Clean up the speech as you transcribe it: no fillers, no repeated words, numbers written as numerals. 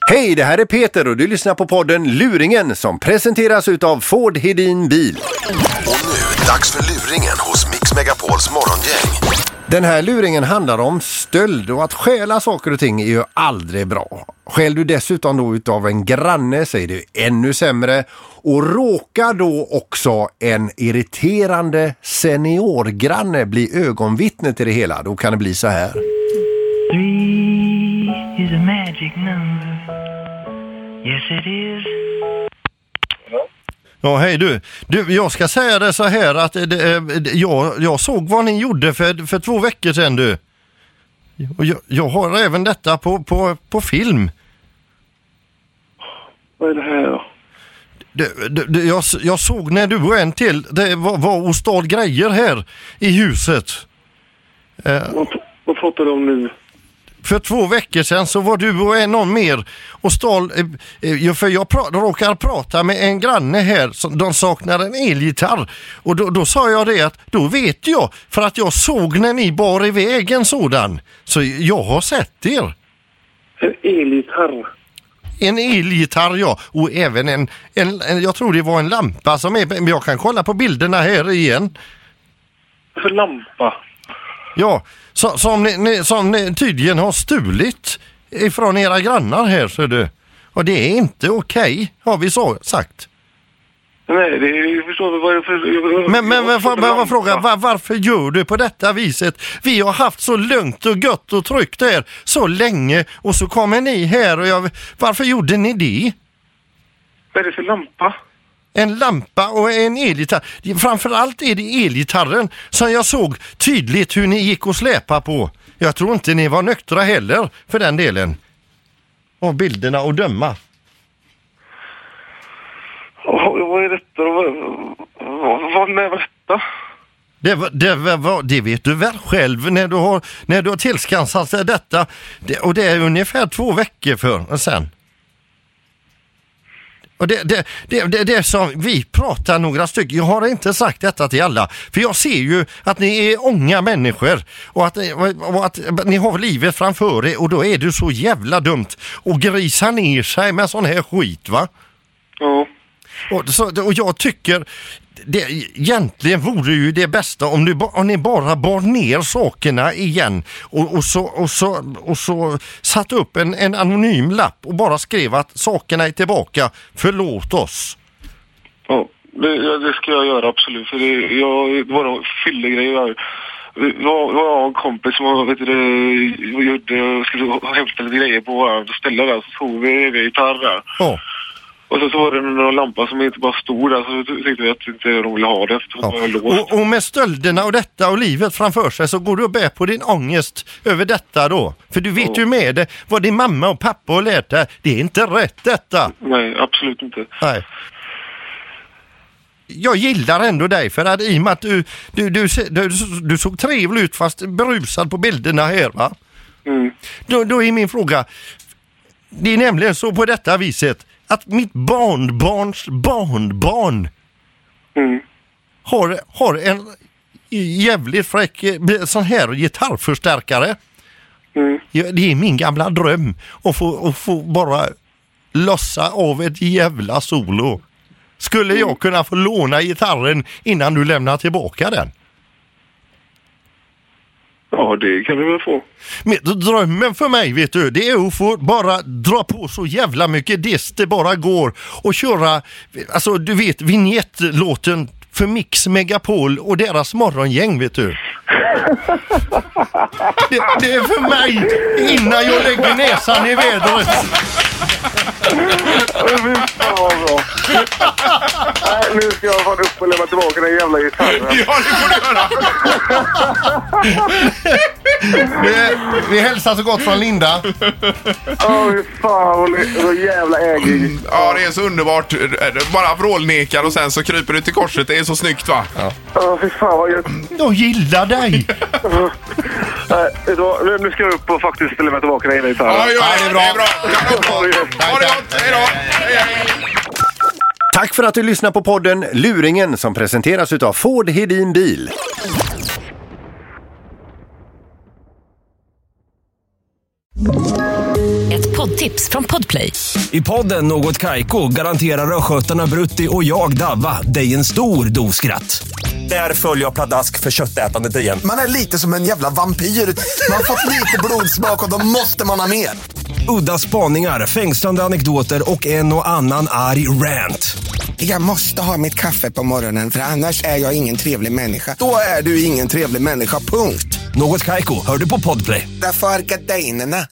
Hej, det här är Peter och du lyssnar på podden Luringen som presenteras utav Ford Hedin Bil. Och nu, dags för Luringen hos Mix Megapols morgongäng. Den här luringen handlar om stöld och att stjäla saker och ting är ju aldrig bra. Stjäl du dessutom då utav en granne så är det ännu sämre. Och råkar då också en irriterande seniorgranne bli ögonvittne till det hela, då kan det bli så här. 3 is a magic number. Yes it is. Ja, hej du. Jag ska säga det så här att jag såg vad ni gjorde för 2 veckor sedan du. Och jag har även detta på film. Vad är det här då? Jag såg när du och en till det var och stal grejer här i huset. Vad pratar du om nu? För 2 veckor sedan så var du och någon mer och stal, för jag råkar prata med en granne här, de saknar en elgitarr. Och då sa jag det att, då vet jag, för att jag såg när ni bar iväg en sådan. Så jag har sett er. En elgitarr? En elgitarr, ja. Och även en jag tror det var en lampa som är, men jag kan kolla på bilderna här igen. För lampa? Ja, som ni tydligen har stulit ifrån era grannar här, så du. Och det är inte okej, har vi sagt. Nej, det förstår vi vad det för... Men vad frågar, varför gör du på detta viset? Vi har haft så lugnt och gött och tryggt här så länge och så kommer ni här och varför gjorde ni det? Vad är det för lampa? En lampa och en elgitarr. Framförallt är det elgitarren som jag såg tydligt hur ni gick och släpa på. Jag tror inte ni var nyktra heller för den delen. Av bilderna att döma. Vad är detta? Vad är detta? Det vet du väl själv när du har tillskansat sig detta. Och det är ungefär 2 veckor sen. Och det är som vi pratar några stycken. Jag har inte sagt detta till alla. För jag ser ju att ni är unga människor. Och att ni har livet framför er. Och då är det så jävla dumt att grisa ner sig med sån här skit, va? Ja. Och jag tycker det egentligen vore ju det bästa om ni bara bar ner sakerna igen och så satt upp en anonym lapp och bara skrev att sakerna är tillbaka, förlåt oss. Ja, det ska jag göra absolut, för det var någon fyllegrej. Jag har en kompis som skulle hämta lite grejer på stället där, så tog vi gitarr där. Ja. Och så var det någon lampa som inte bara stod där, så tyckte vi att inte de ville ha det. Ja. Och med stölderna och detta och livet framför sig så går du och bär på din ångest över detta då. För du vet ju med det vad din mamma och pappa har lärt dig. Det är inte rätt detta. Nej, absolut inte. Nej. Jag gillar ändå dig för att i och med att du såg trevlig ut fast berusad på bilderna här, va? Mm. Då är min fråga, det är nämligen så på detta viset att mitt barnbarns barnbarn har en jävligt fräck sån här gitarrförstärkare. Det är min gamla dröm att få bara lossa av ett jävla solo. Skulle jag kunna få låna gitarren innan du lämnar tillbaka den? Ja, det kan vi väl få. Men drömmen för mig, vet du, det är att få bara dra på så jävla mycket dist det bara går och köra, alltså du vet, vignettlåten för Mix Megapol och deras morgongäng, vet du. Det är för mig innan jag lägger näsan i vädret. Nu ska jag vara upp och lämna tillbaka den jävla gitarren. Ja, det får du göra. Vi hälsar så gott från Linda. Fan, så jävla ägig. Ja, det är så underbart. Bara vrålnekar och sen så kryper du till korset. Det är så snyggt, va? Ja, fy fan vad gött. Jag gillar dig. Nu ska jag upp och faktiskt lämna tillbaka den gitarren. Ja, det är bra. Ha det gott. Hej då. Hej. Tack för att du lyssnar på podden Luringen som presenteras utav Ford Hedin Bil. Ett Poddtips från Podplay. I podden Något Kaiko garanterar röskötarna Brutti och jag Davva dig en stor doskratt. Där följer jag pladask för köttätandet igen. Man är lite som en jävla vampyr. Man har fått lite blodsmak och då måste man ha mer. Udda spaningar, fängslande anekdoter och en och annan arg rant. Jag måste ha mitt kaffe på morgonen för annars är jag ingen trevlig människa. Då är du ingen trevlig människa, punkt. Något Kaiko, hör du på Podplay. Därför är gardinerna.